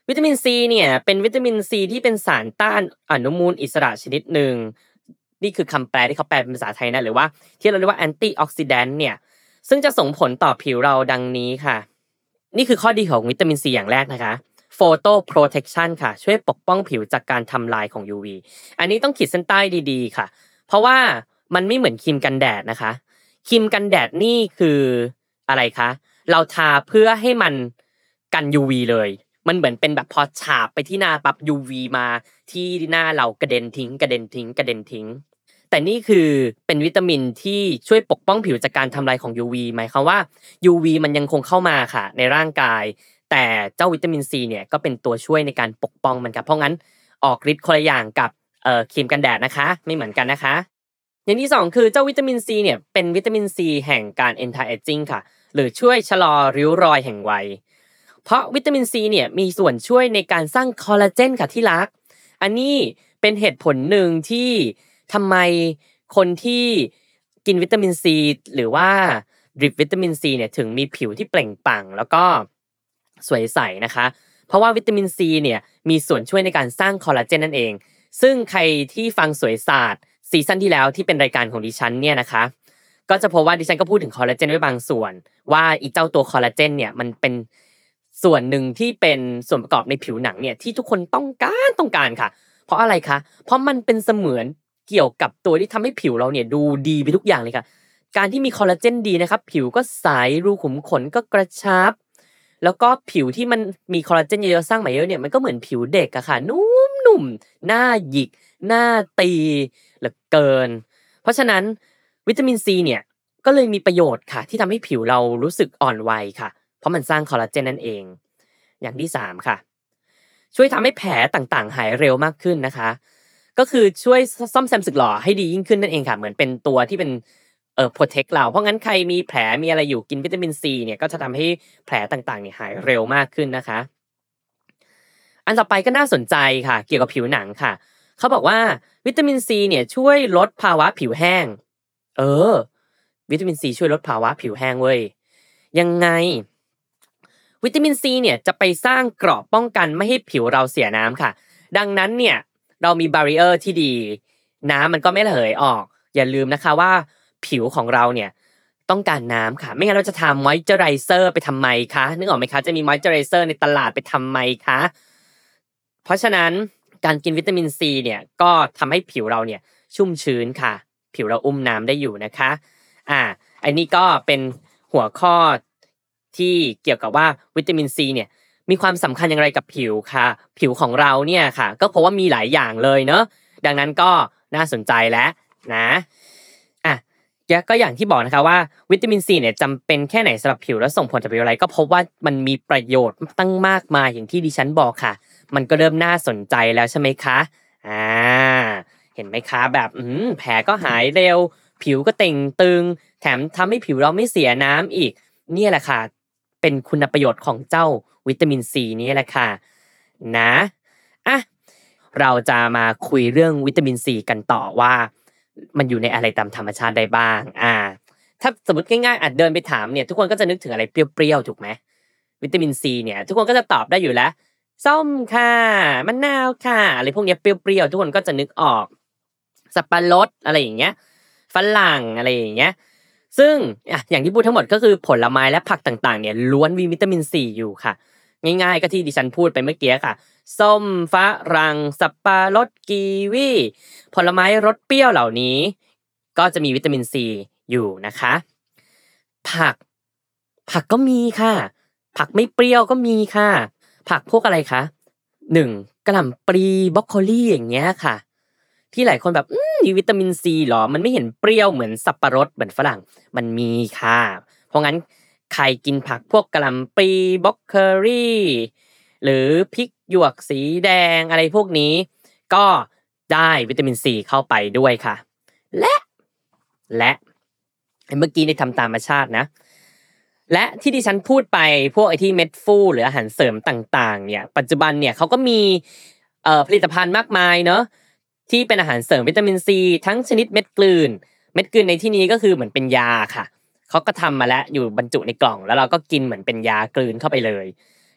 วิตามินซีเนี่ยเป็นวิตามินซีที่เป็นสารต้านอนุมูลอิสระชนิดหนึ่งนี่คือคำแปลที่เขาแปลเป็นภาษาไทยนะหรือว่าที่เราเรียกว่าแอนตี้ออกซิแดนต์เนี่ยซึ่งจะส่งผลต่อผิวเราดังนี้ค่ะนี่คือข้อดีของวิตามินซีอย่างแรกนะคะโฟโตโปรเทคชันค่ะช่วยปกป้องผิวจากการทำลายของ ยู วี อันนี้ต้องขีดเส้นใต้ดีๆค่ะเพราะว่ามันไม่เหมือนครีมกันแดดนะคะครีมกันแดดนี่คืออะไรคะเราทาเพื่อให้มันกัน ยู วี เลยมันเหมือนเป็นแบบพอฉาบไปที่หน้าปั๊บ ยู วี มาที่หน้าเรากระเด็นทิ้งกระเด็นทิ้งกระเด็นทิ้งแต่นี่คือเป็นวิตามินที่ช่วยปกป้องผิวจากการทำลายของ ยู วี หมายความว่า ยู วี มันยังคงเข้ามาค่ะในร่างกายแต่เจ้าวิตามินซีเนี่ยก็เป็นตัวช่วยในการปกป้องมันครับเพราะงั้นออกฤทธิ์คนละอย่างกับเอ่อครีมกันแดดนะคะไม่เหมือนกันนะคะอย่างที่สองคือเจ้าวิตามินซีเนี่ยเป็นวิตามินซีแห่งการ anti aging ค่ะหรือช่วยชะลอริ้วรอยแห่งวัยเพราะวิตามินซีเนี่ยมีส่วนช่วยในการสร้างคอลลาเจนค่ะที่รักอันนี้เป็นเหตุผลหนึ่งที่ทำไมคนที่กินวิตามินซีหรือว่าดริปวิตามินซีเนี่ยถึงมีผิวที่เปล่งปลั่งแล้วก็สวยใสนะคะเพราะว่าวิตามินซีเนี่ยมีส่วนช่วยในการสร้างคอลลาเจนนั่นเองซึ่งใครที่ฟังสวยศาสตร์ซีซั่นที่แล้วที่เป็นรายการของดิฉันเนี่ยนะคะก็จะพบว่าดิฉันก็พูดถึงคอลลาเจนไว้บางส่วนว่าอีเจ้าตัวคอลลาเจนเนี่ยมันเป็นส่วนหนึ่งที่เป็นส่วนประกอบในผิวหนังเนี่ยที่ทุกคนต้องการต้องการค่ะเพราะอะไรคะเพราะมันเป็นเสมือนเกี่ยวกับตัวที่ทำให้ผิวเราเนี่ยดูดีไปทุกอย่างเลยค่ะการที่มีคอลลาเจนดีนะครับผิวก็ใสรูขุมขนก็กระชับแล้วก็ผิวที่มันมีคอลลาเจนเยอะๆสร้างใหม่เยอะเนี่ยมันก็เหมือนผิวเด็กอะค่ะนุ่มๆหน้าหยิกหน้าตีเหลือเกินเพราะฉะนั้นวิตามินซีเนี่ยก็เลยมีประโยชน์ค่ะที่ทำให้ผิวเรารู้สึกอ่อนวัยค่ะเพราะมันสร้างคอลลาเจนนั่นเองอย่างที่สามค่ะช่วยทำให้แผลต่างๆหายเร็วมากขึ้นนะคะก็คือช่วยซ่อมแซมสึกหรอให้ดียิ่งขึ้นนั่นเองค่ะเหมือนเป็นตัวที่เป็นเอ่อ protect เราเพราะงั้นใครมีแผลมีอะไรอยู่กินวิตามินซีเนี่ยก็จะทำให้แผลต่างๆเนี่ยหายเร็วมากขึ้นนะคะอันต่อไปก็น่าสนใจค่ะเกี่ยวกับผิวหนังค่ะเขาบอกว่าวิตามินซีเนี่ยช่วยลดภาวะผิวแห้งเออวิตามินซีช่วยลดภาวะผิวแห้งเว้ยยังไงวิตามินซีเนี่ยจะไปสร้างเกราะป้องกันไม่ให้ผิวเราเสียน้ำค่ะดังนั้นเนี่ยเรามีบารีเออร์ที่ดีน้ำมันก็ไม่ระเหยออกอย่าลืมนะคะว่าผิวของเราเนี่ยต้องการน้ำค่ะไม่งั้นเราจะทำมอยเจอไรเซอร์ไปทำไมคะนึกออกไหมคะจะมีมอยเจอไรเซอร์ในตลาดไปทำไมคะเพราะฉะนั้นการกินวิตามินซีเนี่ยก็ทำให้ผิวเราเนี่ยชุ่มชื้นค่ะผิวเราอุ้มน้ำได้อยู่นะคะอ่าอันนี้ก็เป็นหัวข้อที่เกี่ยวกับว่าวิตามินซีเนี่ยมีความสำคัญอย่างไรกับผิวค่ะผิวของเราเนี่ยค่ะก็เพราะว่ามีหลายอย่างเลยเนอะดังนั้นก็น่าสนใจแล้วนะอ่ะก็อย่างที่บอกนะคะว่าวิตามินซีเนี่ยจำเป็นแค่ไหนสำหรับผิวและส่งผลต่อผิวอะไรก็พบว่ามันมีประโยชน์ตั้งมากมายอย่างที่ดิฉันบอกค่ะมันก็เริ่มน่าสนใจแล้วใช่ไหมคะอ่าเห็นไหมคะแบบอืมแผลก็หายเร็วผิวก็เต่งตึงแถมทำให้ผิวเราไม่เสียน้ำอีกนี่แหละค่ะเป็นคุณประโยชน์ของเจ้าวิตามินซีนี่แหละค่ะนะอ่ะเราจะมาคุยเรื่องวิตามินซีกันต่อว่ามันอยู่ในอะไรตามธรรมชาติได้บ้างอ่าถ้าสมมติง่ายๆอาจเดินไปถามเนี่ยทุกคนก็จะนึกถึงอะไรเปรี้ยวๆถูกไหมวิตามินซีเนี่ยทุกคนก็จะตอบได้อยู่แล้วส้มค่ะมะนาวค่ะอะไรพวกนี้เปรี้ยวๆทุกคนก็จะนึกออกสับปะรดอะไรอย่างเงี้ยฝรั่งอะไรอย่างเงี้ยซึ่งอ่ะอย่างที่พูดทั้งหมดก็คือผลไม้และผักต่างๆเนี่ยล้วนมีวิตามินซีอยู่ค่ะง่ายๆก็ที่ดิฉันพูดไปเมื่อกี้ค่ะส้มฝรั่งสับปะรดกีวีผลไม้รสเปรี้ยวเหล่านี้ก็จะมีวิตามินซีอยู่นะคะผักผักก็มีค่ะผักไม่เปรี้ยวก็มีค่ะผักพวกอะไรคะหนึ่งกะหล่ำปลีบรอกโคลีอย่างเงี้ยค่ะที่หลายคนแบบอืมมีวิตามินซีหรอมันไม่เห็นเปรี้ยวเหมือนสับปะรดเหมือนฝรั่งมันมีค่ะเพราะงั้นใครกินผักพวกกะหล่ำปลีบรอกโคลีหรือพริกหยวกสีแดงอะไรพวกนี้ก็ได้วิตามินซีเข้าไปด้วยค่ะและและเมื่อกี้ในทำตามธรรมชาตินะและที่ดิฉันพูดไปพวกไอที่เม็ดฟูหรืออาหารเสริมต่างๆเนี่ยปัจจุบันเนี่ยเขาก็มีเอ่อผลิตภัณฑ์มากมายเนาะที่เป็นอาหารเสริมวิตามินซีทั้งชนิดเม็ดกลืนเม็ดกลืนในที่นี้ก็คือเหมือนเป็นยาค่ะเขาก็ทำมาแล้วอยู่บรรจุในกล่องแล้วเราก็กินเหมือนเป็นยากลืนเข้าไปเลย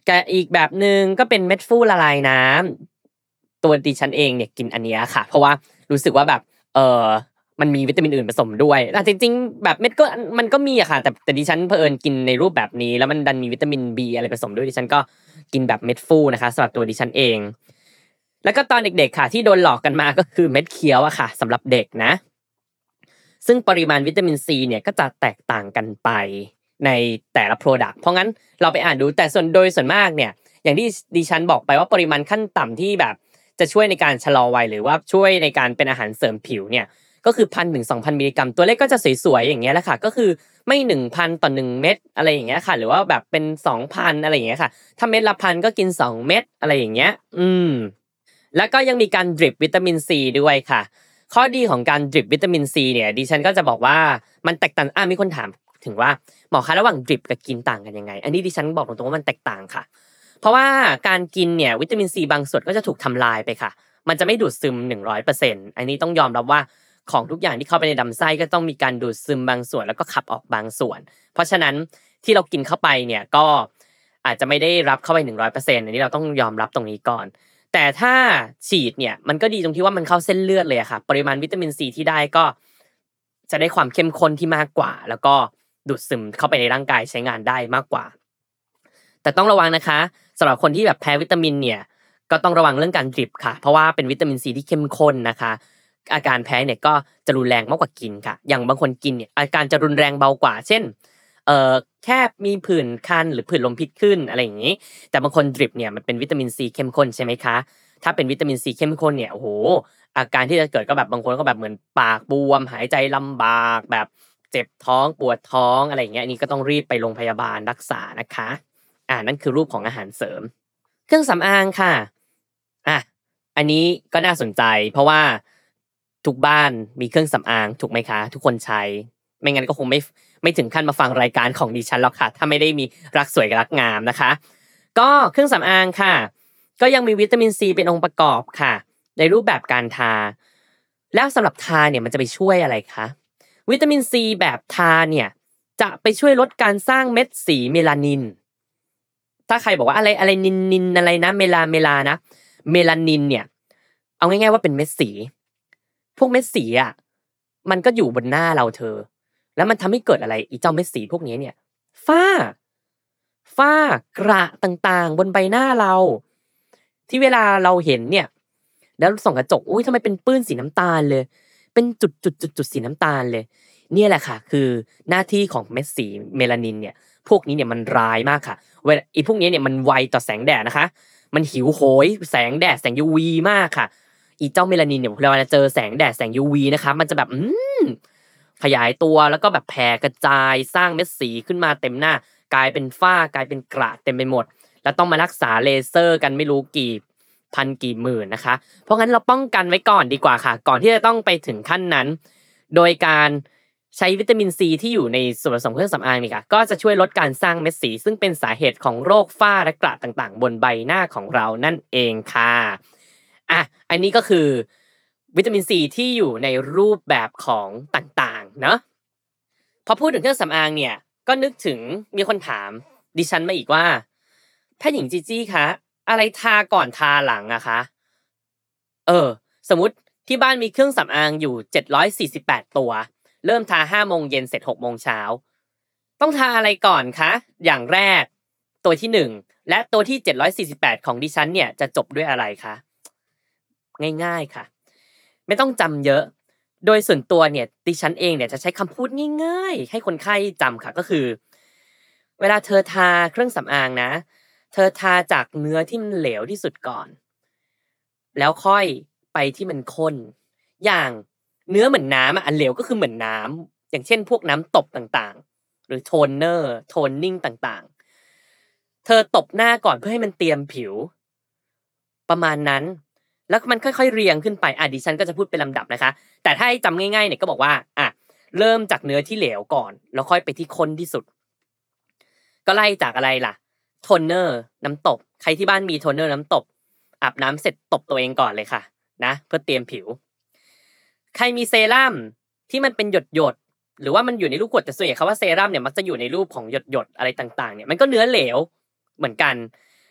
กับอีกแบบนึงก็เป็นเม็ดฟูละลายน้ำตัวดิฉันเองเนี่ยกินอันเนี้ยค่ะเพราะว่ารู้สึกว่าแบบเออมันมีวิตามินอื่นผสมด้วยแต่จริงๆแบบเม็ดก็มันก็มีอะค่ะแต่แต่ดิฉันเผอิญกินในรูปแบบนี้แล้วมันดันมีวิตามิน B อะไรผสมด้วยดิฉันก็กินแบบเม็ดฟูนะคะสำหรับตัวดิฉันเองแล้วก็ตอนเด็กๆค่ะที่โดนหลอกกันมาก็คือเม็ดเคี้ยวอะค่ะสำหรับเด็กนะซึ่งปริมาณวิตามินซีเนี่ยก็จะแตกต่างกันไปในแต่ละ product เพราะงั้นเราไปอ่านดูแต่ส่วนโดยส่วนมากเนี่ยอย่างที่ดิฉันบอกไปว่าปริมาณขั้นต่ำที่แบบจะช่วยในการชะลอวัยหรือว่าช่วยในการเป็นอาหารเสริมผิวเนี่ยก็คือ หนึ่งพัน ถึง สองพัน มิลลิกรัมตัวเลขก็จะสวยๆอย่างเงี้ยแหละค่ะก็คือไม่ หนึ่งพัน ต่อหนึ่งเม็ดอะไรอย่างเงี้ยค่ะหรือว่าแบบเป็น สองพัน อะไรอย่างเงี้ยค่ะถ้าเม็ดละ หนึ่งพัน ก็กินสองเม็ดอะไรอย่างเงี้ยอืมแล้วก็ยังมีการดริปวิตามินซีด้วยค่ะข้อดีของการดริปวิตามินซีเนี่ยดิฉันก็จะบอกว่ามันแตกต่างอ่ะมีคนถามถึงว่าหมอคะระหว่างดริปกับกินต่างกันยังไงอันนี้ดิฉันบอกตรงๆว่ามันแตกต่างค่ะเพราะว่าการกินเนี่ยวิตามินซีบางส่วนก็จะถูกทำลายไปค่ะมันจะไม่ดูดซึม หนึ่งร้อยเปอร์เซ็นต์ อันนี้ต้องยอมรับว่าของทุกอย่างที่เข้าไปในลำไส้ก็ต้องมีการดูดซึมบางส่วนแล้วก็ขับออกบางส่วนเพราะฉะนั้นที่เรากินเข้าไปเนี่ยก็อาจจะไม่ได้รับเข้าไป หนึ่งร้อยเปอร์เซ็นต์ อันนี้เราต้องยอมรับตรงนี้ก่อนแต่ถ้าฉีดเนี่ยมันก็ดีตรงที่ว่ามันเข้าเส้นเลือดเลยอะค่ะปริมาณวิตามินซีที่ได้ก็จะได้ความเข้มข้นที่มากกว่าแล้วก็ดูดซึมเข้าไปในร่างกายใช้งานได้มากกว่าแต่ต้องระวังนะคะสำหรับคนที่แบบแพ้วิตามินเนี่ยก็ต้องระวังเรื่องการดริปค่ะเพราะว่าเป็นวิตามินซีที่เข้มข้นนะคะอาการแพ้เนี่ยก็จะรุนแรงมากกว่ากินค่ะอย่างบางคนกินเนี่ยอาการจะรุนแรงเบากว่าเช่นเอ่อแค่มีผื่นคันหรือผื่นลมพิษขึ้นอะไรอย่างงี้แต่บางคนดริปเนี่ยมันเป็นวิตามินซีเข้มข้นใช่ไหมคะถ้าเป็นวิตามินซีเข้มข้นเนี่ยโอ้โหอาการที่จะเกิดก็แบบบางคนก็แบบเหมือนปากบวมหายใจลำบากแบบเจ็บท้องปวดท้องอะไรอย่างเงี้ยอันนี้ก็ต้องรีบไปโรงพยาบาลรักษานะคะอ่านั่นคือรูปของอาหารเสริมเครื่องสำอางค่ะอ่ะอันนี้ก็น่าสนใจเพราะว่าทุกบ้านมีเครื่องสำอางถูกไหมคะทุกคนใช้ไม่งั้นก็คงไม่ไม่ถึงขั้นมาฟังรายการของดิฉันหรอกค่ะถ้าไม่ได้มีรักสวยกับรักงามนะคะก็เครื่องสำอางค่ะก็ยังมีวิตามินซีเป็นองค์ประกอบค่ะในรูปแบบการทาแล้วสำหรับทาเนี่ยมันจะไปช่วยอะไรคะวิตามินซีแบบทาเนี่ยจะไปช่วยลดการสร้างเม็ดสีเมลานินถ้าใครบอกว่าอะไรอะไรนินนินอะไรนะเมลาเมลานะเมลานินเนี่ยเอาง่ายๆว่าเป็นเม็ดสีพวกเม็ดสีอ่ะมันก็อยู่บนหน้าเราเธอแล้วมันทำให้เกิดอะไรอีเจ้าเม็ดสีพวกนี้เนี่ยฝ้าฝ้ากระต่างๆบนใบหน้าเราที่เวลาเราเห็นเนี่ยแล้วส่องกระจกอุ้ยทำไมเป็นปื้นสีน้ำตาลเลยเป็นจุดจุดจุดจุดสีน้ำตาลเลยเนี่ยแหละค่ะคือหน้าที่ของเม็ดสีเมลานินเนี่ยพวกนี้เนี่ยมันร้ายมากค่ะเวลาไอ้พวกนี้เนี่ยมันไวต่อแสงแดดนะคะมันหิวโหยแสงแดดแสง ยู วี มากค่ะอีเจ้าเมลานินเนี่ยเวลาเจอแสงแดดแสง ยู วี นะคะมันจะแบบอืมขยายตัวแล้วก็แบบแผ่กระจายสร้างเม็ดสีขึ้นมาเต็มหน้ากลายเป็นฝ้ากลายเป็นกระเต็มไปหมดแล้วต้องมารักษาเลเซอร์กันไม่รู้กี่พันกี่หมื่นนะคะเพราะงั้นเราป้องกันไว้ก่อนดีกว่าค่ะก่อนที่จะต้องไปถึงขั้นนั้นโดยการใช้วิตามินซีที่อยู่ในส่วนผสมเครื่องสำอางนี่ค่ะก็จะช่วยลดการสร้างเม็ดสีซึ่งเป็นสาเหตุของโรคฝ้าและกระต่างๆบนใบหน้าของเรานั่นเองค่ะอ่ะอันนี้ก็คือวิตามินซีที่อยู่ในรูปแบบของต่างๆเนาะพอพูดถึงเครื่องสำอางเนี่ยก็นึกถึงมีคนถามดิฉันมาอีกว่าแพทย์หญิงจีจี้คะอะไรทาก่อนทาหลังอะคะเออสมมุติที่บ้านมีเครื่องสำอางอยู่เจ็ดร้อยสี่สิบแปดตัวเริ่มทา ห้าโมงเย็นเสร็จ หกโมงเช้าต้องทาอะไรก่อนคะอย่างแรกตัวที่หนึ่งและตัวที่เจ็ดร้อยสี่สิบแปดของดิฉันเนี่ยจะจบด้วยอะไรคะง่ายๆค่ะไม่ต้องจำเยอะโดยส่วนตัวเนี่ยดิฉันเองเนี่ยจะใช้คำพูดง่ายๆให้คนไข้จำค่ะก็คือเวลาเธอทาเครื่องสำอางนะเธอทาจากเนื้อที่มันเหลวที่สุดก่อนแล้วค่อยไปที่มันข้นอย่างเนื้อเหมือนน้ำอ่ะอันเหลวก็คือเหมือนน้ำอย่างเช่นพวกน้ำตบต่างๆหรือโทนเนอร์โทนนิ่งต่างๆเธอตบหน้าก่อนเพื่อให้มันเตรียมผิวประมาณนั้นแล้วมันค่อยๆเรียงขึ้นไปอ่ะดิฉันก็จะพูดเป็นลำดับนะคะแต่ถ้าให้จำง่ายๆเนี่ยก็บอกว่าอ่ะเริ่มจากเนื้อที่เหลวก่อนแล้วค่อยไปที่ข้นที่สุดก็ไล่จากอะไรล่ะโทนเนอร์น้ำตบใครที่บ้านมีโทนเนอร์น้ำตบอาบน้ำเสร็จตบตัวเองก่อนเลยค่ะนะเพื่อเตรียมผิวใครมีเซรั่มที่มันเป็นหยดๆหรือว่ามันอยู่ในรูปขวดแต่ส่วนใหญ่คำว่าเซรั่มเนี่ยมักจะอยู่ในรูปของหยดๆอะไรต่างๆเนี่ยมันก็เนื้อเหลวเหมือนกัน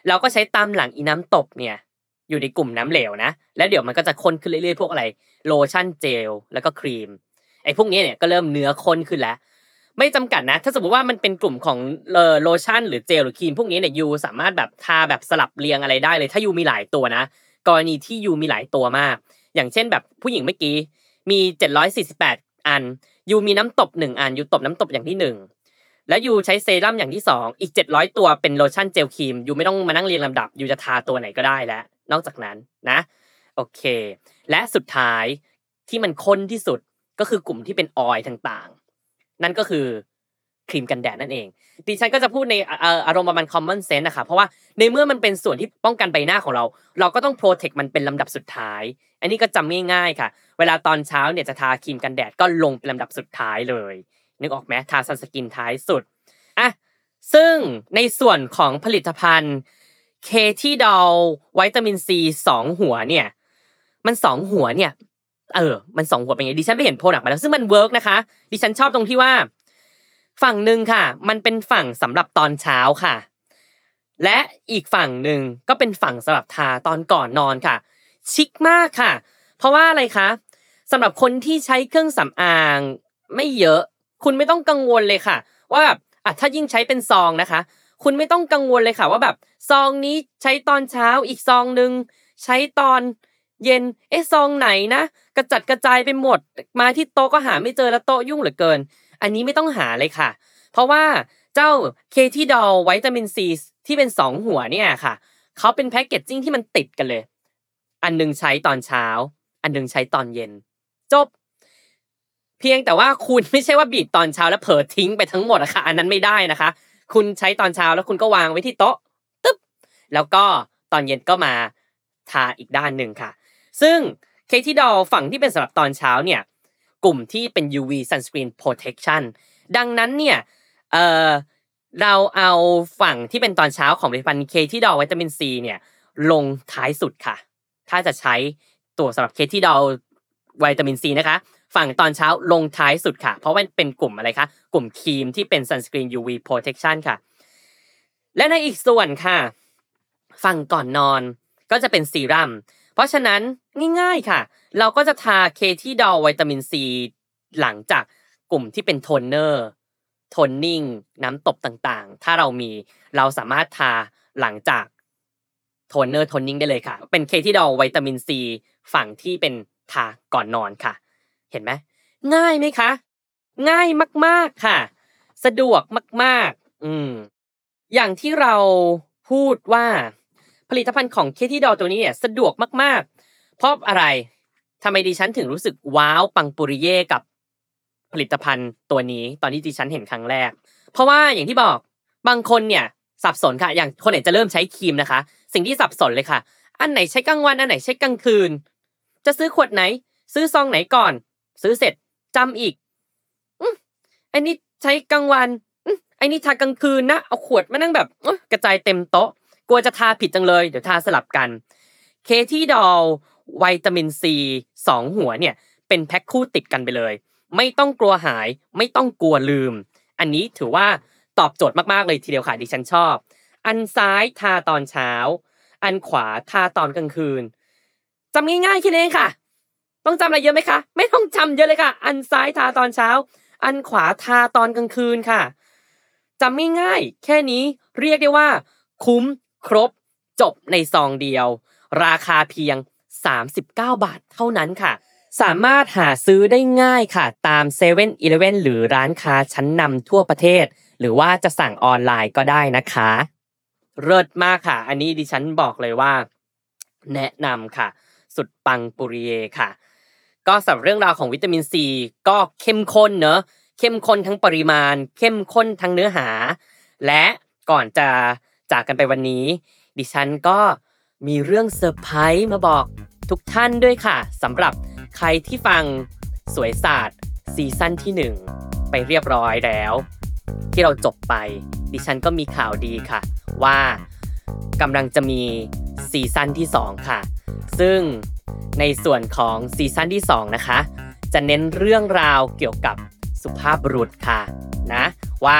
เราก็ใช้ตามหลังอีน้ำตบเนี่ยอยู่ในกลุ่มน้ำเหลวนะแล้วเดี๋ยวมันก็จะข้นขึ้นเรื่อยๆพวกอะไรโลชั่นเจลแล้วก็ครีมไอ้พวกนี้เนี่ยก็เริ่มเนื้อข้นขึ้นแล้วไม่จำกัดนะถ้าสมมติว่ามันเป็นกลุ่มของโลชั่นหรือเจลหรือครีมพวกนี้เนี่ยยูสามารถแบบทาแบบสลับเรียงอะไรได้เลยถ้ายูมีหลายตัวนะกรณีที่ยูมีหลายตัวมากอย่างเช่นแบบผู้หญิงเมื่อกี้มีเจ็ดร้อยสี่สิบแปดอันยูมีน้ำตบหนึ่งอันยูตบน้ำตบอย่างที่หนึ่งแล้วยูใช้เซรั่มอย่างที่สองอีกเจ็ดร้อยตัวเป็นโลชั่นเจลครีมยูไม่ต้องมานั่งเรียงลำดับยูจะทาตัวไหนก็ได้แล้วนอกจากนั้นนะโอเคและสุดท้ายที่มันข้นที่สุดก็คือกลุ่มที่เป็นออยล์ต่างๆนั่นก็คือครีมกันแดดนั่นเองดิฉันก็จะพูดในอารมณ์ประมาณ common sense นะคะเพราะว่าในเมื่อมันเป็นส่วนที่ป้องกันใบหน้าของเราเราก็ต้อง protect มันเป็นลำดับสุดท้ายอันนี้ก็จำง่ายๆค่ะเวลาตอนเช้าเนี่ยจะทาครีมกันแดดก็ลงเป็นลำดับสุดท้ายเลยนึกออกไหมทาซันสกินท้ายสุดอ่ะซึ่งในส่วนของผลิตภัณฑ์เคที่ดอลวิตามินซีสองหัวเนี่ยมันสองหัวเนี่ยเออมันสองหัวเป็นไงดิฉันไปเห็นโปรดักต์มาแล้วซึ่งมันเวิร์กนะคะดิฉันชอบตรงที่ว่าฝั่งนึงค่ะมันเป็นฝั่งสำหรับตอนเช้าค่ะและอีกฝั่งนึงก็เป็นฝั่งสำหรับทาตอนก่อนนอนค่ะชิคมากค่ะเพราะว่าอะไรคะสำหรับคนที่ใช้เครื่องสำอางไม่เยอะคุณไม่ต้องกังวลเลยค่ะว่าแบบอ่ะถ้ายิ่งใช้เป็นซองนะคะคุณไม่ต้องกังวลเลยค่ะว่าแบบซองนี้ใช้ตอนเช้าอีกซองนึงใช้ตอนเย็นเอ๊ะซองไหนนะกระจัดกระจายไปหมดมาที่โต๊ะก็หาไม่เจอแล้วโต๊ะยุ่งเหลือเกินอันนี้ไม่ต้องหาเลยค่ะเพราะว่าเจ้าเคที่ดอลวิตามินซีที่เป็นสองหัวเนี่ยค่ะเขาเป็นแพ็คเกจจิ้งที่มันติดกันเลยอันนึงใช้ตอนเช้าอันนึงใช้ตอนเย็นจบเพียงแต่ว่าคุณไม่ใช่ว่าบีบตอนเช้าแล้วเผลอทิ้งไปทั้งหมดอะค่ะอันนั้นไม่ได้นะคะคุณใช้ตอนเช้าแล้วคุณก็วางไว้ที่โต๊ะตึ๊บแล้วก็ตอนเย็นก็มาทาอีกด้านนึงค่ะซึ่งเคที่ดอลฝั่งที่เป็นสำหรับตอนเช้าเนี่ยกลุ่มที่เป็น ยู วี Sunscreen Protection ดังนั้นเนี่ยเอ่อเราเอาฝั่งที่เป็นตอนเช้าของผลิตภัณฑ์เคที่ดอลวิตามินซีเนี่ยลงท้ายสุดค่ะถ้าจะใช้ตัวสำหรับเคที่ดอลวิตามินซีนะคะฝั่งตอนเช้าลงท้ายสุดค่ะเพราะว่าเป็นกลุ่มอะไรคะกลุ่มครีมที่เป็น Sunscreen ยู วี Protection ค่ะและในอีกส่วนค่ะฝั่งก่อนนอนก็จะเป็นซีรั่มเพราะฉะนั้นง่ายๆค่ะเราก็จะทาเคที่ดอลวิตามินซีหลังจากกลุ่มที่เป็นโทนเนอร์โทนนิ่งน้ำตบต่างๆถ้าเรามีเราสามารถทาหลังจากโทนเนอร์โทนนิ่งได้เลยค่ะเป็นเคที่ดอลวิตามินซีฝั่งที่เป็นทาก่อนนอนค่ะเห็นไหมง่ายไหมคะง่ายมากๆค่ะสะดวกมากๆอืมอย่างที่เราพูดว่าผลิตภัณฑ์ของเคที่ดอลตัวนี้เนี่ยสะดวกมากๆเพราะอะไรทำไมดิฉันถึงรู้สึกว้าวปังปุริเย่กับผลิตภัณฑ์ตัวนี้ตอนที่ดิฉันเห็นครั้งแรกเพราะว่าอย่างที่บอกบางคนเนี่ยสับสนค่ะอย่างคนไหนจะเริ่มใช้ครีมนะคะสิ่งที่สับสนเลยค่ะอันไหนใช้กลางวันอันไหนใช้กลางคืนจะซื้อขวดไหนซื้อซองไหนก่อนซื้อเสร็จจำอีกอืออันนี้ใช้กลางวันอืออันนี้ทากลางคืนนะเอาขวดมานั่งแบบกระจายเต็มโต๊ะกลัวจะทาผิดจังเลยเดี๋ยวทาสลับกันเคที่ดอลวิตามินซีสองหัวเนี่ยเป็นแพ็คคู่ติดกันไปเลยไม่ต้องกลัวหายไม่ต้องกลัวลืมอันนี้ถือว่าตอบโจทย์มากๆเลยทีเดียวค่ะดิฉันชอบอันซ้ายทาตอนเช้าอันขวาทาตอนกลางคืนจำง่ายๆแค่นี้ค่ะต้องจำอะไรเยอะไหมคะไม่ต้องจำเยอะเลยค่ะอันซ้ายทาตอนเช้าอันขวาทาตอนกลางคืนค่ะจำง่ายๆแค่นี้เรียกได้ว่าคุ้มครบจบในซองเดียวราคาเพียงสามสิบเก้าบาทเท่านั้นค่ะสามารถหาซื้อได้ง่ายค่ะตาม เซเว่น อีเลฟเว่น หรือร้านค้าชั้นนำทั่วประเทศหรือว่าจะสั่งออนไลน์ก็ได้นะคะเลิศมากค่ะอันนี้ดิฉันบอกเลยว่าแนะนำค่ะสุดปังปุริเย่ค่ะก็สำหรับเรื่องราวของวิตามินซีก็เข้มข้นเนอะเข้มข้นทั้งปริมาณเข้มข้นทั้งเนื้อหาและก่อนจะจากกันไปวันนี้ดิฉันก็มีเรื่องเซอร์ไพรส์มาบอกทุกท่านด้วยค่ะสำหรับใครที่ฟังสวยศาสตร์ซีซั่นที่หนึ่งไปเรียบร้อยแล้วที่เราจบไปดิฉันก็มีข่าวดีค่ะว่ากำลังจะมีซีซั่นที่สองค่ะซึ่งในส่วนของซีซั่นที่สองนะคะจะเน้นเรื่องราวเกี่ยวกับสุภาพบุรุษค่ะนะว่า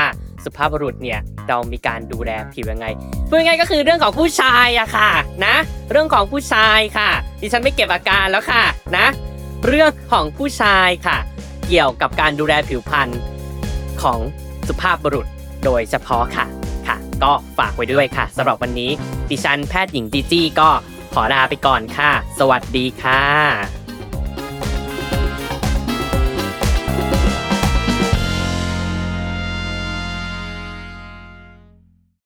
สุภาพบุรุษเนี่ยเรามีการดูแลผิวยังไงพูดง่ายๆก็คือเรื่องของผู้ชายอะค่ะนะเรื่องของผู้ชายค่ะดิฉันไม่เก็บอาการแล้วค่ะนะเรื่องของผู้ชายค่ะเกี่ยวกับการดูแลผิวพรรณของสุภาพบุรุษโดยเฉพาะค่ะค่ะก็ฝากไว้ด้วยค่ะสำหรับวันนี้ดิฉันแพทย์หญิงจีจี้ก็ขอลาไปก่อนค่ะสวัสดีค่ะ